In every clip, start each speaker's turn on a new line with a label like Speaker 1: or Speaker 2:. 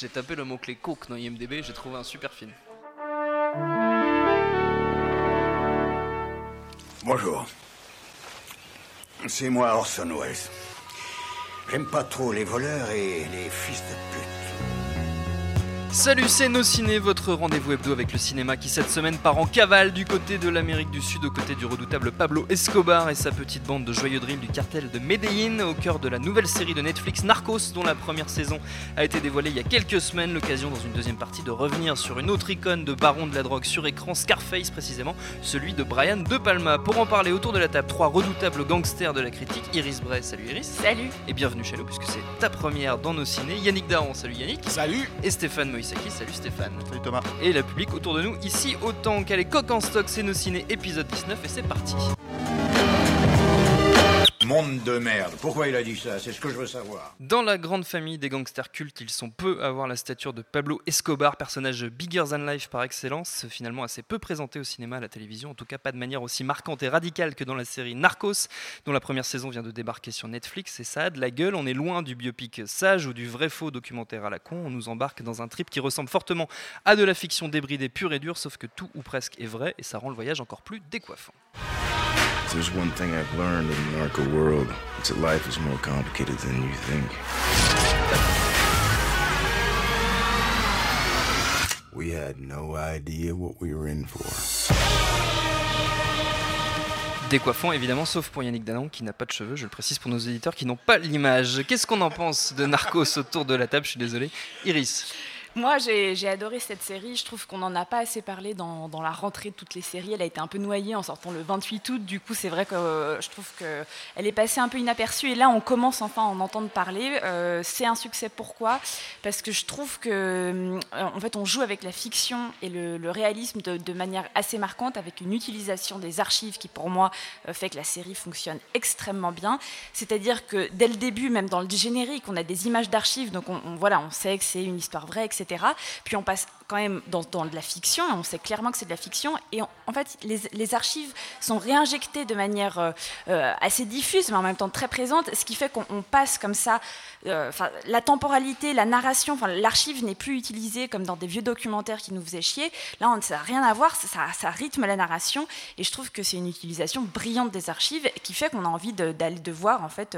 Speaker 1: J'ai tapé le mot-clé coke dans IMDb, j'ai trouvé un super film.
Speaker 2: Bonjour. C'est moi Orson Welles. J'aime pas trop les voleurs et les fils de pute.
Speaker 1: Salut, c'est Nos Ciné, votre rendez-vous hebdo avec le cinéma qui cette semaine part en cavale du côté de l'Amérique du Sud, aux côtés du redoutable Pablo Escobar et sa petite bande de joyeux drills du cartel de Medellín, au cœur de la nouvelle série de Netflix Narcos, dont la première saison a été dévoilée il y a quelques semaines. L'occasion dans une deuxième partie de revenir sur une autre icône de baron de la drogue sur écran, Scarface précisément, celui de Brian De Palma. Pour en parler autour de la table, trois redoutables gangsters de la critique. Iris Bray, salut Iris.
Speaker 3: Salut.
Speaker 1: Et bienvenue chez nous puisque c'est ta première dans Nos Ciné. Yannick Dahan, salut Yannick.
Speaker 4: Salut.
Speaker 1: Et Stéphane Moïsaki, salut Stéphane.
Speaker 4: Salut Thomas.
Speaker 1: Et la public autour de nous ici autant qu'elle est coq en stock, c'est Nos Ciné épisode 19 et c'est parti.
Speaker 2: Monde de merde. Pourquoi il a dit ça? C'est ce que je veux savoir.
Speaker 1: Dans la grande famille des gangsters cultes, ils sont peu à avoir la stature de Pablo Escobar, personnage bigger than life par excellence, finalement assez peu présenté au cinéma, à la télévision, en tout cas pas de manière aussi marquante et radicale que dans la série Narcos, dont la première saison vient de débarquer sur Netflix, et ça a de la gueule, on est loin du biopic sage ou du vrai faux documentaire à la con, on nous embarque dans un trip qui ressemble fortement à de la fiction débridée pure et dure, sauf que tout ou presque est vrai, et ça rend le voyage encore plus décoiffant.
Speaker 5: There's one thing I've learned in the narco world. It's that life is more complicated than you think. We had no idea what we were in for.
Speaker 1: Décoiffant évidemment, sauf pour Yannick Dahan qui n'a pas de cheveux, je le précise pour nos éditeurs qui n'ont pas l'image. Qu'est-ce qu'on en pense de Narcos autour de la table? Je suis désolé. Iris.
Speaker 3: Moi, j'ai adoré cette série. Je trouve qu'on n'en a pas assez parlé dans la rentrée de toutes les séries. Elle a été un peu noyée en sortant le 28 août. Du coup, c'est vrai que je trouve qu'elle est passée un peu inaperçue. Et là, on commence enfin à en entendre parler. C'est un succès. Pourquoi ? Parce que je trouve que, en fait, on joue avec la fiction et le réalisme de manière assez marquante, avec une utilisation des archives qui, pour moi, fait que la série fonctionne extrêmement bien. C'est-à-dire que dès le début, même dans le générique, on a des images d'archives. Donc, on sait que c'est une histoire vraie, etc. Puis on passe quand même dans de la fiction, et on sait clairement que c'est de la fiction, et en fait les archives sont réinjectées de manière assez diffuse, mais en même temps très présente, ce qui fait qu'on passe comme ça, la temporalité, la narration, l'archive n'est plus utilisée comme dans des vieux documentaires qui nous faisaient chier. Là, ça n'a rien à voir, ça rythme la narration, et je trouve que c'est une utilisation brillante des archives qui fait qu'on a envie de voir, en fait,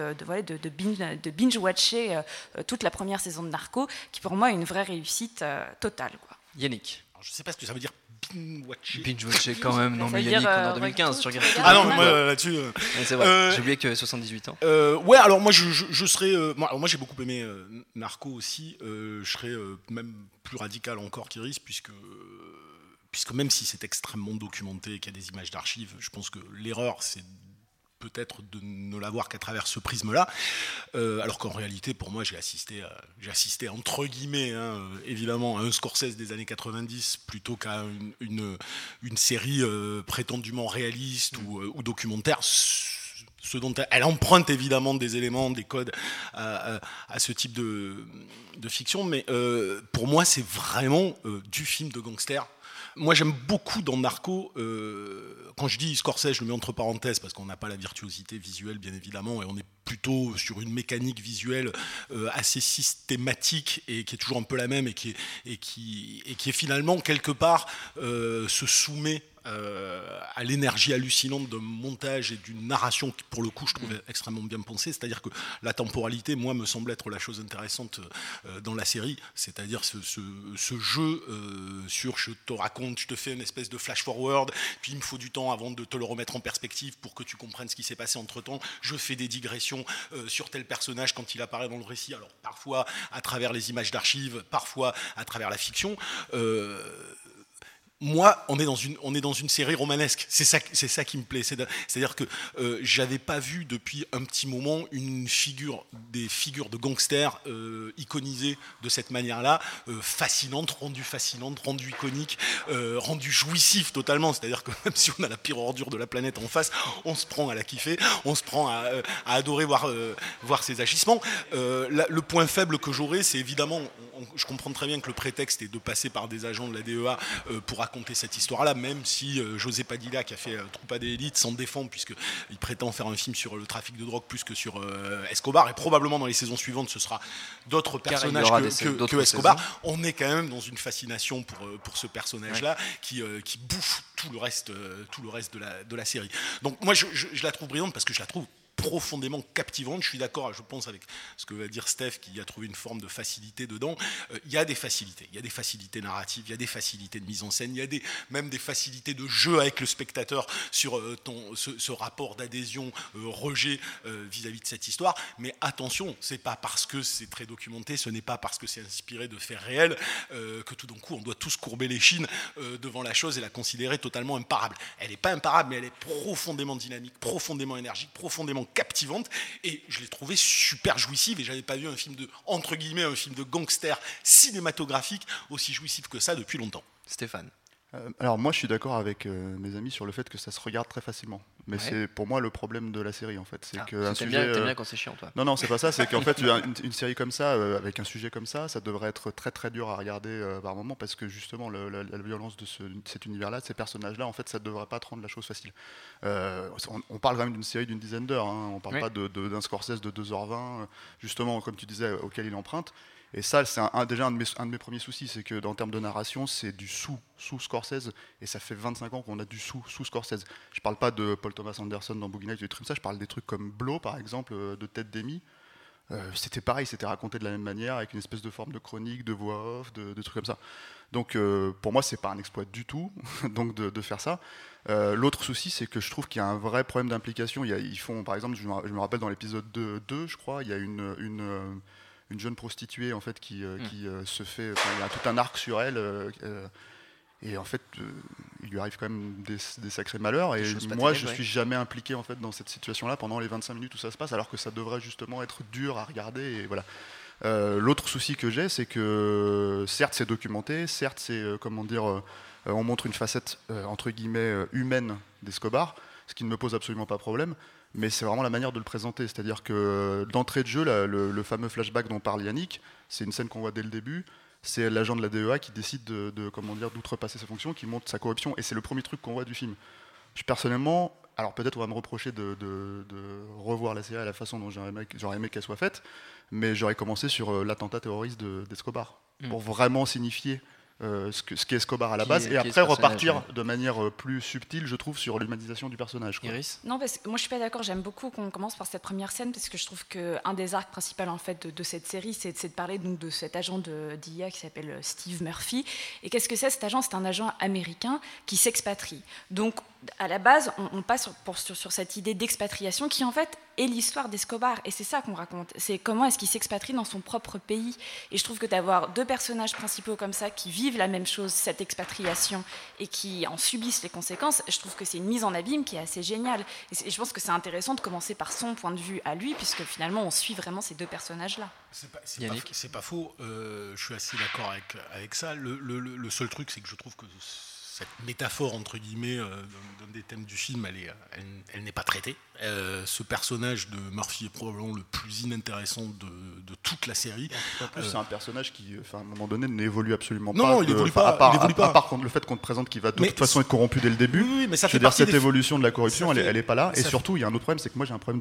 Speaker 3: de binge-watcher toute la première saison de Narco, qui pour moi est une vraie réussite totale, quoi.
Speaker 1: Yannick.
Speaker 4: Alors, je sais pas ce que ça veut dire binge-watcher.
Speaker 1: Binge-watcher quand même, non
Speaker 3: Ça
Speaker 1: mais
Speaker 3: veut
Speaker 1: Yannick,
Speaker 3: dire,
Speaker 1: on est en 2015, tu regardes.
Speaker 4: Ah non, mais moi là-dessus.
Speaker 1: Ouais, c'est vrai, j'ai oublié que 78 ans.
Speaker 4: Ouais, alors moi je serais. Moi j'ai beaucoup aimé Narco aussi. Je serais même plus radical encore qu'Iris, puisque même si c'est extrêmement documenté et qu'il y a des images d'archives, je pense que l'erreur c'est peut-être de ne l'avoir qu'à travers ce prisme-là, alors qu'en réalité, pour moi, j'ai assisté entre guillemets, évidemment, à un Scorsese des années 90 plutôt qu'à une série prétendument réaliste ou documentaire. Ce dont elle emprunte évidemment des éléments, des codes à ce type de fiction, mais pour moi, c'est vraiment du film de gangster. Moi, j'aime beaucoup dans Narco, quand je dis Scorsese, je le mets entre parenthèses parce qu'on n'a pas la virtuosité visuelle, bien évidemment, et on est plutôt sur une mécanique visuelle assez systématique et qui est toujours un peu la même et qui est finalement, quelque part, se soumet à l'énergie hallucinante d'un montage et d'une narration qui, pour le coup, je trouve extrêmement bien pensée. C'est-à-dire que la temporalité, moi, me semble être la chose intéressante dans la série. C'est-à-dire ce jeu sur je te raconte, je te fais une espèce de flash-forward, puis il me faut du temps avant de te le remettre en perspective pour que tu comprennes ce qui s'est passé entre-temps. Je fais des digressions sur tel personnage quand il apparaît dans le récit. Alors, parfois à travers les images d'archives, parfois à travers la fiction. Moi, on est dans une série romanesque. C'est ça qui me plaît. C'est-à-dire que j'avais pas vu depuis un petit moment des figures de gangsters iconisées de cette manière-là, fascinantes, rendues iconiques, rendues jouissives totalement. C'est-à-dire que même si on a la pire ordure de la planète en face, on se prend à la kiffer, on se prend à adorer voir ses agissements. Le point faible que j'aurais, c'est évidemment, je comprends très bien que le prétexte est de passer par des agents de la DEA pour raconter cette histoire-là, même si José Padilla, qui a fait Troupa de Élite, s'en défend, puisqu'il prétend faire un film sur le trafic de drogue plus que sur Escobar, et probablement dans les saisons suivantes, ce sera d'autres personnages que Escobar. Saisons. On est quand même dans une fascination pour ce personnage-là qui bouffe tout le reste de la série. Donc moi, je la trouve brillante parce que je la trouve profondément captivante. Je suis d'accord, je pense, avec ce que va dire Steph, qui a trouvé une forme de facilité dedans. Il y a des facilités narratives, il y a des facilités de mise en scène, il y a même des facilités de jeu avec le spectateur sur ce rapport d'adhésion, rejet vis-à-vis de cette histoire. Mais attention, c'est pas parce que c'est très documenté, ce n'est pas parce que c'est inspiré de faits réels que tout d'un coup on doit tous courber les chines devant la chose et la considérer totalement imparable. Elle n'est pas imparable, mais elle est profondément dynamique, profondément énergique, profondément captivante, et je l'ai trouvée super jouissive, et j'avais pas vu un film un film de gangster cinématographique aussi jouissif que ça depuis longtemps.
Speaker 1: Stéphane.
Speaker 6: Alors moi je suis d'accord avec mes amis sur le fait que ça se regarde très facilement, mais c'est pour moi le problème de la série en fait. C'est que
Speaker 1: t'aimes bien quand c'est chiant toi.
Speaker 6: Non c'est pas ça, c'est qu'en fait une série comme ça, avec un sujet comme ça devrait être très très dur à regarder par moment, parce que justement la violence de cet univers-là, de ces personnages-là, en fait ça devrait pas te rendre la chose facile. On parle quand même d'une série d'une dizaine d'heures, on parle pas d'un Scorsese de 2h20, justement comme tu disais, auquel il emprunte. Et ça, c'est déjà un de mes premiers soucis, c'est que en termes de narration, c'est du sous Scorsese, et ça fait 25 ans qu'on a du sous Scorsese. Je parle pas de Paul Thomas Anderson dans Boogie Nights, des trucs comme ça, je parle des trucs comme Blow, par exemple, de Ted Demme. C'était pareil, c'était raconté de la même manière, avec une espèce de forme de chronique, de voix off, de trucs comme ça. Donc pour moi, c'est pas un exploit du tout donc de faire ça. L'autre souci, c'est que je trouve qu'il y a un vrai problème d'implication. Ils font, par exemple, je me rappelle dans l'épisode 2, je crois, il y a une jeune prostituée en fait qui se fait, il y a tout un arc sur elle et en fait il lui arrive quand même des sacrés malheurs, et moi je suis jamais impliqué en fait dans cette situation là pendant les 25 minutes où ça se passe, alors que ça devrait justement être dur à regarder, et voilà. L'autre souci que j'ai, c'est que certes c'est documenté, certes c'est on montre une facette entre guillemets humaine d'Escobar, ce qui ne me pose absolument pas problème, mais c'est vraiment la manière de le présenter. C'est-à-dire que d'entrée de jeu, le fameux flashback dont parle Yannick, c'est une scène qu'on voit dès le début. C'est l'agent de la DEA qui décide d'outrepasser ses fonctions, qui montre sa corruption, et c'est le premier truc qu'on voit du film. Personnellement, alors peut-être on va me reprocher de revoir la série à la façon dont j'aurais aimé qu'elle soit faite, mais j'aurais commencé sur l'attentat terroriste d'Escobar, pour vraiment signifier ce qu'est Escobar à la base, et après repartir de manière plus subtile, je trouve, sur l'humanisation du personnage.
Speaker 1: Iris ?
Speaker 3: Non, parce que moi je suis pas d'accord, j'aime beaucoup qu'on commence par cette première scène, parce que je trouve qu'un des arcs principaux en fait, de cette série, c'est de parler donc, de cet agent d'IA qui s'appelle Steve Murphy. Et qu'est-ce que c'est cet agent ? C'est un agent américain qui s'expatrie. Donc à la base, on passe sur cette idée d'expatriation qui en fait est l'histoire d'Escobar, et c'est ça qu'on raconte, c'est comment est-ce qu'il s'expatrie dans son propre pays. Et je trouve que d'avoir deux personnages principaux comme ça qui vivent la même chose, cette expatriation, et qui en subissent les conséquences, je trouve que c'est une mise en abîme qui est assez géniale, et je pense que c'est intéressant de commencer par son point de vue à lui, puisque finalement on suit vraiment ces deux personnages-là.
Speaker 4: C'est pas faux, je suis assez d'accord avec ça. Le seul truc, c'est que je trouve que cette métaphore entre guillemets d'un des thèmes du film, elle n'est pas traitée. Ce personnage de Murphy est probablement le plus inintéressant de toute la série.
Speaker 6: En plus, c'est un personnage qui, à un moment donné, n'évolue absolument pas.
Speaker 4: Non, il n'évolue pas.
Speaker 6: À part contre le fait qu'on te présente qu'il va de toute façon être corrompu dès le début.
Speaker 4: Oui, mais ça fait
Speaker 6: cette évolution de la corruption, elle n'est pas là. Et surtout, il y a un autre problème, c'est que moi j'ai un problème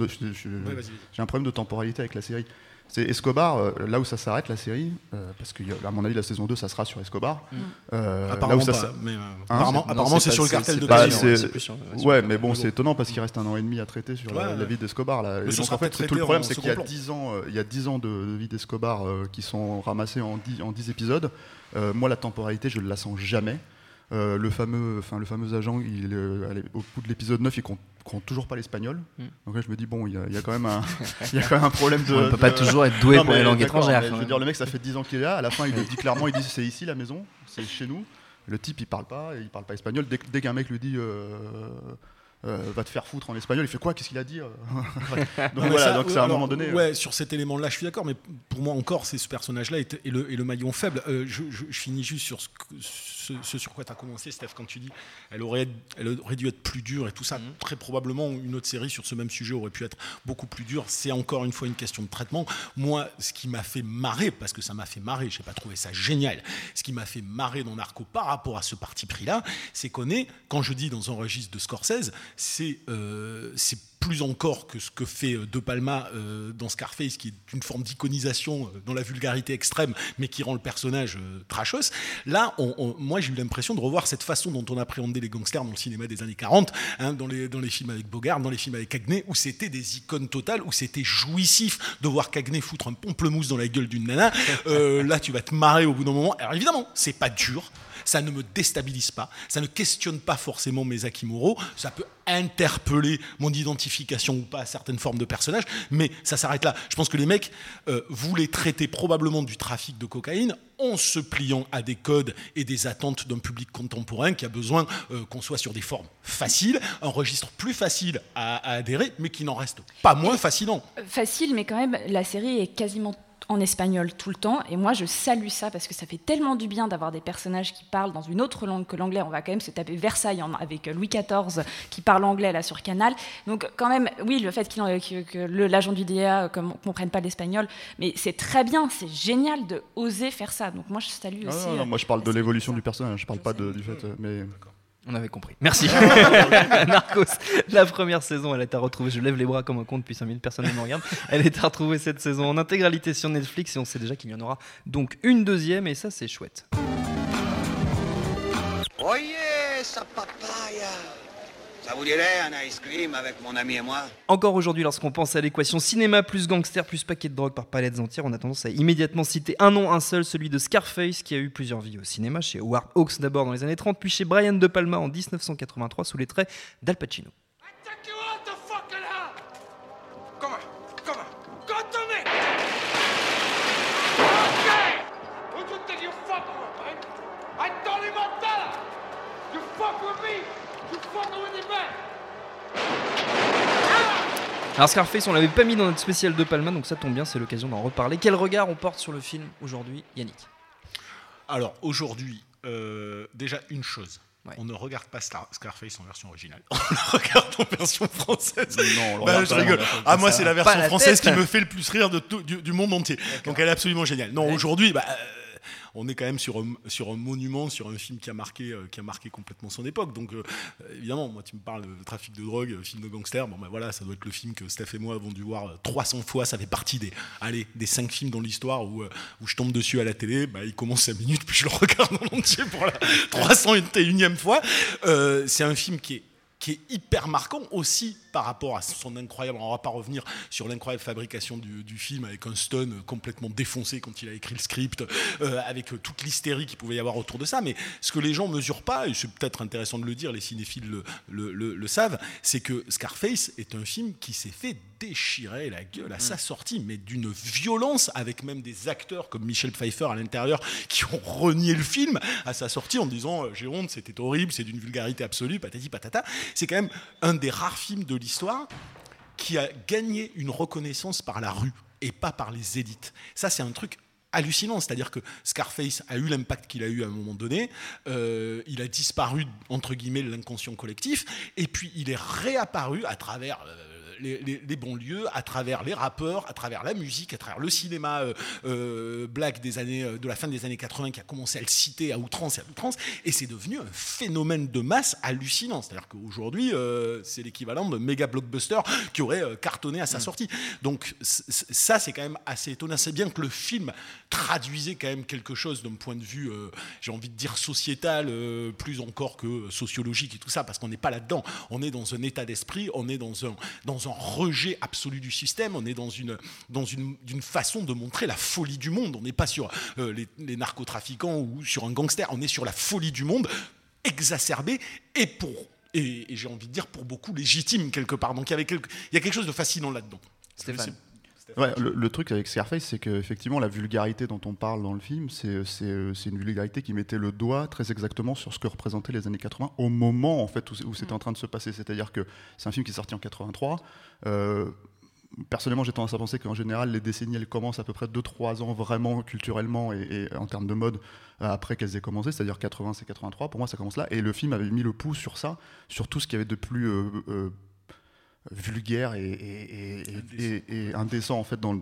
Speaker 6: de temporalité avec la série. C'est Escobar, là où ça s'arrête la série, parce qu'à mon avis la saison 2 ça sera sur Escobar.
Speaker 4: Apparemment pas, mais apparemment c'est sur le cartel de Cali.
Speaker 6: Ouais, mais bon, c'est étonnant parce qu'il reste 1 an et demi à traiter sur la vie d'Escobar. Là. Donc en fait, tout le problème, c'est qu'il y a 10 ans de vie d'Escobar qui sont ramassés en 10 épisodes. Moi, la temporalité, je ne la sens jamais. Le fameux agent, au bout de l'épisode 9, il compte toujours pas l'espagnol. Donc là, je me dis, bon, il y a quand même un problème de...
Speaker 1: On ne peut pas toujours être doué pour les langues étrangères.
Speaker 6: Je veux dire, le mec, ça fait 10 ans qu'il est là. À la fin, il le dit clairement, il dit, c'est ici la maison, c'est chez nous. Le type, il parle pas espagnol. Dès qu'un mec lui dit... va te faire foutre en espagnol. Il fait quoi? Qu'est-ce qu'il a dit? Donc
Speaker 4: Non,
Speaker 6: voilà,
Speaker 4: ça,
Speaker 6: donc c'est à un moment donné.
Speaker 4: Ouais, sur cet élément-là, je suis d'accord, mais pour moi encore, c'est ce personnage-là est le maillon faible. Je finis juste sur ce sur quoi tu as commencé, Steph, quand tu dis elle aurait dû être plus dure et tout ça. Très probablement, une autre série sur ce même sujet aurait pu être beaucoup plus dure. C'est encore une fois une question de traitement. Moi, ce qui m'a fait marrer, parce que ça m'a fait marrer, je n'ai pas trouvé ça génial, ce qui m'a fait marrer dans Narco par rapport à ce parti pris-là, c'est qu'on est, quand je dis dans un registre de Scorsese, c'est plus encore que ce que fait De Palma dans Scarface, qui est une forme d'iconisation dans la vulgarité extrême, mais qui rend le personnage trashos. Là, moi, j'ai eu l'impression de revoir cette façon dont on appréhendait les gangsters dans le cinéma des années 40, dans les films avec Bogart, dans les films avec Cagney, où c'était des icônes totales, où c'était jouissif de voir Cagney foutre un pamplemousse dans la gueule d'une nana. Là, tu vas te marrer au bout d'un moment. Alors évidemment, c'est pas dur. Ça ne me déstabilise pas, ça ne questionne pas forcément mes acquis moraux, ça peut interpeller mon identification ou pas à certaines formes de personnages, mais ça s'arrête là. Je pense que les mecs voulaient traiter probablement du trafic de cocaïne en se pliant à des codes et des attentes d'un public contemporain qui a besoin qu'on soit sur des formes faciles, un registre plus facile à adhérer, mais qui n'en reste pas moins fascinant.
Speaker 3: Facile, mais quand même, la série est quasiment en espagnol tout le temps, et moi je salue ça parce que ça fait tellement du bien d'avoir des personnages qui parlent dans une autre langue que l'anglais. On va quand même se taper Versailles avec Louis XIV qui parle anglais là sur Canal, donc quand même oui, le fait que l'agent du DEA comprenne pas l'espagnol, mais c'est très bien, c'est génial de oser faire ça, donc moi je salue aussi.
Speaker 6: Non, moi je parle de l'évolution du personnage, je parle pas du fait, mais...
Speaker 1: On avait compris. Merci. Narcos, la première saison, elle est à retrouver. Je lève les bras comme un con depuis 5000 personnes me regardent. Elle est à retrouver cette saison en intégralité sur Netflix et on sait déjà qu'il y en aura donc une deuxième et ça c'est chouette.
Speaker 2: Oh yeah, sa papaya. Ça vous dirait un ice cream avec mon ami et moi?
Speaker 1: Encore aujourd'hui, lorsqu'on pense à l'équation cinéma plus gangster plus paquet de drogue par palettes entières, on a tendance à immédiatement citer un nom, un seul, celui de Scarface, qui a eu plusieurs vies au cinéma, chez Howard Hawks d'abord dans les années 30, puis chez Brian De Palma en 1983 sous les traits d'Al Pacino. Alors Scarface, on l'avait pas mis dans notre spécial De Palma, donc ça tombe bien, c'est l'occasion d'en reparler. Quel regard on porte sur le film aujourd'hui, Yannick?
Speaker 4: Alors aujourd'hui, déjà une chose.
Speaker 1: Ouais.
Speaker 4: On ne regarde pas Scarface en version originale. On le regarde en version française.
Speaker 6: Non, on le
Speaker 4: je rigole. Moi, c'est la version
Speaker 1: la
Speaker 4: française
Speaker 1: tête.
Speaker 4: qui me fait le plus rire du monde entier. D'accord. Donc elle est absolument géniale. Non, aujourd'hui, on est quand même sur un monument, sur un film qui a marqué complètement son époque. Donc évidemment, moi tu me parles de trafic de drogue, film de gangster, voilà, ça doit être le film que Steph et moi avons dû voir 300 fois. Ça fait partie des 5 films dans l'histoire où je tombe dessus à la télé, il commence 5 minutes, puis je le regarde en entier pour la 301e fois. C'est un film qui est hyper marquant aussi par rapport à son incroyable, on ne va pas revenir sur l'incroyable fabrication du film avec un stun complètement défoncé quand il a écrit le script, avec toute l'hystérie qu'il pouvait y avoir autour de ça, mais ce que les gens ne mesurent pas, et c'est peut-être intéressant de le dire, les cinéphiles le savent, c'est que Scarface est un film qui s'est fait déchirer la gueule à sa sortie, mais d'une violence, avec même des acteurs comme Michel Pfeiffer à l'intérieur qui ont renié le film à sa sortie en disant j'ai honte, c'était horrible, c'est d'une vulgarité absolue, patati patata. C'est quand même un des rares films de l'histoire qui a gagné une reconnaissance par la rue et pas par les élites. Ça, c'est un truc hallucinant, c'est-à-dire que Scarface a eu l'impact qu'il a eu à un moment donné, il a disparu entre guillemets de l'inconscient collectif, et puis il est réapparu à travers les banlieues, à travers les rappeurs, à travers la musique, à travers le cinéma black de la fin des années 80 qui a commencé à le citer à outrance, et c'est devenu un phénomène de masse hallucinant. C'est-à-dire qu'aujourd'hui, c'est l'équivalent de méga blockbuster qui aurait cartonné à sa sortie. Donc ça, c'est quand même assez étonnant. C'est bien que le film traduisait quand même quelque chose d'un point de vue, j'ai envie de dire sociétal, plus encore que sociologique et tout ça, parce qu'on n'est pas là-dedans. On est dans un état d'esprit, on est dans un rejet absolu du système, on est dans une façon de montrer la folie du monde. On n'est pas sur les narcotrafiquants ou sur un gangster, on est sur la folie du monde exacerbée et j'ai envie de dire pour beaucoup légitime quelque part. Donc il y a quelque chose de fascinant là-dedans.
Speaker 1: Stéphane.
Speaker 6: Ouais, le truc avec Scarface, c'est qu'effectivement, la vulgarité dont on parle dans le film, c'est une vulgarité qui mettait le doigt très exactement sur ce que représentaient les années 80 au moment en fait, où c'était en train de se passer. C'est-à-dire que c'est un film qui est sorti en 83. Personnellement, j'ai tendance à penser qu'en général, les décennies, elles commencent à peu près 2-3 ans vraiment culturellement et en termes de mode après qu'elles aient commencé, c'est-à-dire 80, c'est 83. Pour moi, ça commence là. Et le film avait mis le pouce sur ça, sur tout ce qu'il y avait de plus vulgaire et indécent en fait dans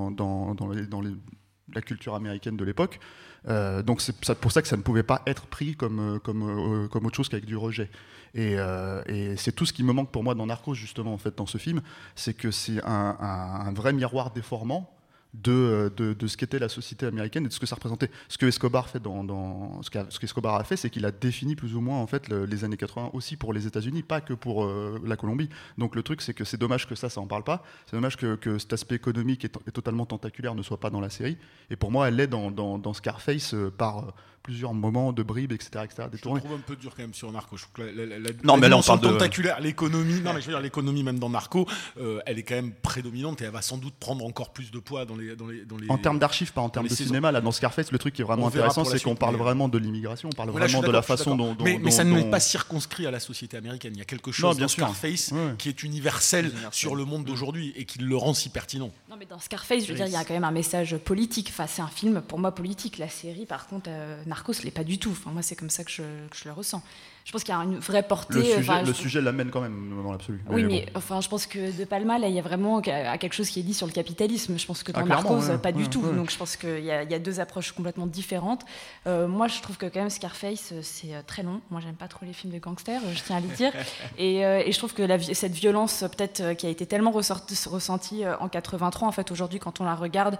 Speaker 6: la culture américaine de l'époque. Donc c'est pour ça que ça ne pouvait pas être pris comme autre chose qu'avec du rejet. Et c'est tout ce qui me manque pour moi dans Narcos justement en fait dans ce film, c'est que c'est un vrai miroir déformant de ce qu'était la société américaine et de ce que ça représentait. Ce que Escobar fait ce qu'Escobar a fait, c'est qu'il a défini plus ou moins en fait les années 80 aussi pour les États-Unis, pas que pour la Colombie. Donc le truc, c'est que c'est dommage que ça en parle pas. C'est dommage que cet aspect économique est totalement tentaculaire ne soit pas dans la série. Et pour moi, elle est dans Scarface par plusieurs moments de bribes, etc.
Speaker 4: Je trouve un peu dur quand même sur Narco. Je trouve que
Speaker 6: non, mais là on parle
Speaker 4: tentaculaire, l'économie. Non, mais je veux dire l'économie même dans Narco, elle est quand même prédominante et elle va sans doute prendre encore plus de poids dans les.
Speaker 6: En termes d'archives, pas en termes de cinéma. Là, dans Scarface, le truc qui est vraiment intéressant, c'est qu'on parle vraiment de l'immigration, on parle vraiment de la façon dont.
Speaker 4: Mais ça n'est pas circonscrit à la société américaine. Il y a quelque chose dans Scarface qui est universel sur le monde d'aujourd'hui et qui le rend si pertinent.
Speaker 3: Non, mais dans Scarface, je veux dire, il y a quand même un message politique. Enfin, c'est un film pour moi politique. La série, par contre. Narcos l'est pas du tout. Enfin, moi, c'est comme ça que je le ressens. Je pense qu'il y a une vraie portée.
Speaker 6: Le sujet l'amène quand même dans l'absolu.
Speaker 3: Oui, mais enfin, je pense que De Palma, là, il y a vraiment quelque chose qui est dit sur le capitalisme. Je pense que dans Narcos, pas du tout. Donc, je pense qu'il y a deux approches complètement différentes. Moi, je trouve que quand même Scarface, c'est très long. Moi, j'aime pas trop les films de gangsters, je tiens à le dire. Et je trouve que cette violence, peut-être, qui a été tellement ressentie en 83, en fait, aujourd'hui, quand on la regarde,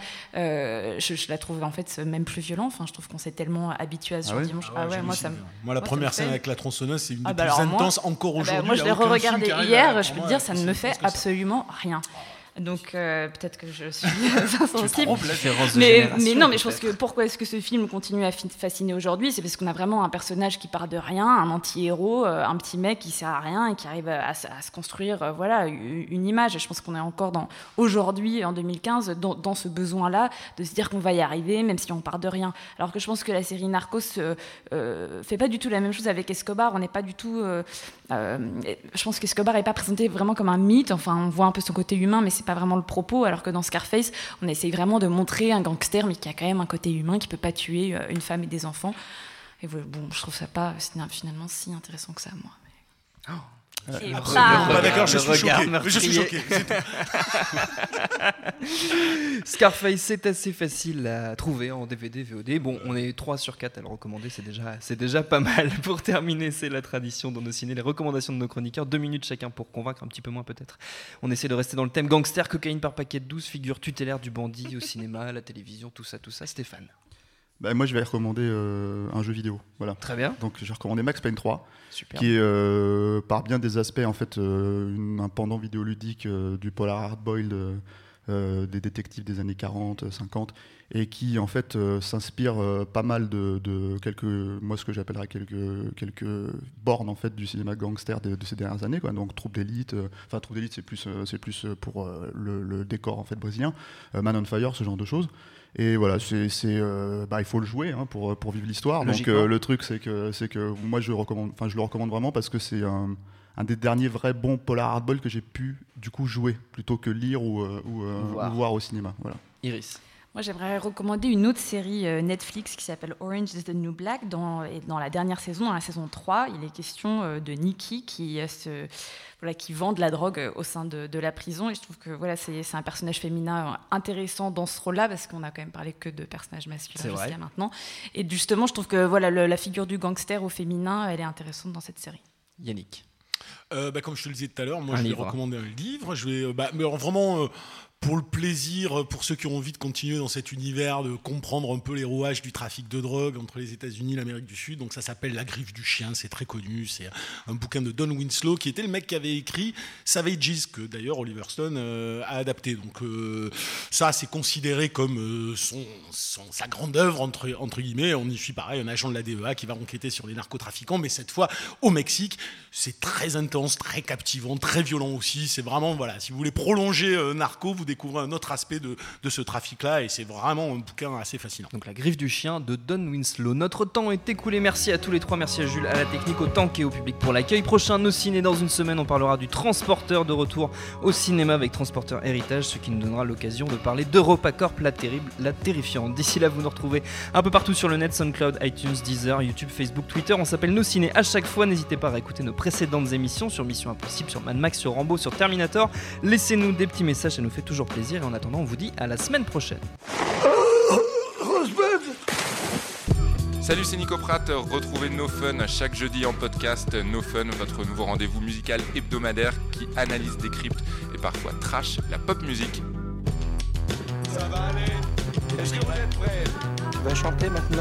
Speaker 3: je la trouve en fait même plus violente. Enfin, je trouve qu'on s'est tellement habitué à ce dimanche.
Speaker 4: Moi, la première scène avec la tronçonneuse, c'est une des plus intenses encore aujourd'hui.
Speaker 3: Moi, je l'ai re-regardé hier, je peux te dire, ça ne me fait absolument rien. Donc peut-être que je suis insensible. Mais non, mais je pense que pourquoi est-ce que ce film continue à fasciner aujourd'hui, c'est parce qu'on a vraiment un personnage qui part de rien, un anti-héros, un petit mec qui sert à rien et qui arrive à se construire voilà, une image. Et je pense qu'on est encore aujourd'hui, en 2015, dans ce besoin-là de se dire qu'on va y arriver, même si on part de rien. Alors que je pense que la série Narcos fait pas du tout la même chose avec Escobar. On n'est pas du tout. Je pense qu'Escobar n'est pas présenté vraiment comme un mythe. Enfin, on voit un peu son côté humain, mais c'est pas vraiment le propos, alors que dans Scarface, on essaye vraiment de montrer un gangster, mais qui a quand même un côté humain, qui peut pas tuer une femme et des enfants. Et bon, je trouve ça pas finalement si intéressant que ça, moi.
Speaker 4: D'accord, je suis choqué.
Speaker 1: Scarface, c'est assez facile à trouver en DVD, VOD. Bon, on est 3 sur 4 à le recommander, c'est déjà pas mal. Pour terminer, c'est la tradition dans nos ciné, les recommandations de nos chroniqueurs. 2 minutes chacun pour convaincre, un petit peu moins peut-être. On essaie de rester dans le thème gangster, cocaïne par paquet de 12, figure tutélaire du bandit au cinéma, à la télévision, tout ça. Stéphane.
Speaker 6: Moi, je vais recommander un jeu vidéo. Voilà.
Speaker 1: Très bien.
Speaker 6: Donc, je vais recommander Max Payne 3,
Speaker 1: Super.
Speaker 6: qui est, par bien des aspects, en fait, un pendant vidéoludique du polar hard-boiled des détectives des années 40, 50, et qui, en fait, s'inspire pas mal de quelques, moi, ce que j'appellerais quelques bornes, en fait, du cinéma gangster de ces dernières années, quoi. Donc, Troupe d'élite, Troupe d'élite, c'est plus pour le décor, en fait, brésilien, Man on Fire, ce genre de choses. Et voilà, il faut le jouer pour vivre l'histoire. Donc le truc, c'est que moi je le recommande vraiment parce que c'est un des derniers vrais bons polar hardball que j'ai pu du coup jouer plutôt que lire ou voir au cinéma. Voilà.
Speaker 1: Iris.
Speaker 3: Moi, j'aimerais recommander une autre série Netflix qui s'appelle Orange is the New Black. Dans la dernière saison, dans la saison 3, il est question de Nikki qui vend de la drogue au sein de la prison. Et je trouve que voilà, c'est un personnage féminin intéressant dans ce rôle-là, parce qu'on a quand même parlé que de personnages masculins jusqu'à maintenant. Et justement, je trouve que voilà, la figure du gangster au féminin, elle est intéressante dans cette série.
Speaker 1: Yannick.
Speaker 4: Comme je te le disais tout à l'heure, moi je vais recommander un livre. Je vais mais vraiment pour le plaisir, pour ceux qui ont envie de continuer dans cet univers, de comprendre un peu les rouages du trafic de drogue entre les États-Unis et l'Amérique du Sud. Donc ça s'appelle La Griffe du Chien, c'est très connu. C'est un bouquin de Don Winslow, qui était le mec qui avait écrit Savages, que d'ailleurs Oliver Stone a adapté. Donc ça, c'est considéré comme sa grande œuvre, entre guillemets. On y suit pareil un agent de la DEA qui va enquêter sur les narcotrafiquants, mais cette fois au Mexique. C'est très intense, très captivant, très violent aussi. C'est vraiment, voilà, si vous voulez prolonger Narco, vous découvrez un autre aspect de ce trafic-là, et c'est vraiment un bouquin assez fascinant.
Speaker 1: Donc La Griffe du Chien de Don Winslow. Notre temps est écoulé, merci à tous les trois, merci à Jules, à la technique, au tank et au public pour l'accueil. Prochain Nos Ciné dans une semaine, on parlera du Transporteur, de retour au cinéma avec Transporteur Héritage, ce qui nous donnera l'occasion de parler d'EuropaCorp, la terrifiante. D'ici là, vous nous retrouvez un peu partout sur le net, SoundCloud, iTunes, Deezer, YouTube, Facebook, Twitter. On s'appelle Nos Ciné à chaque fois. N'hésitez pas à écouter nos précédentes émissions sur Mission Impossible, sur Mad Max, sur Rambo, sur Terminator. Laissez-nous des petits messages, ça nous fait toujours plaisir. Et en attendant, on vous dit à la semaine prochaine.
Speaker 7: Salut, c'est Nico Pratt. Retrouvez No Fun chaque jeudi en podcast. No Fun, votre nouveau rendez-vous musical hebdomadaire qui analyse, décrypte et parfois trash la pop musique.
Speaker 8: Ça va aller. Est-ce que vous êtes prêts ?
Speaker 9: Tu vas chanter maintenant ?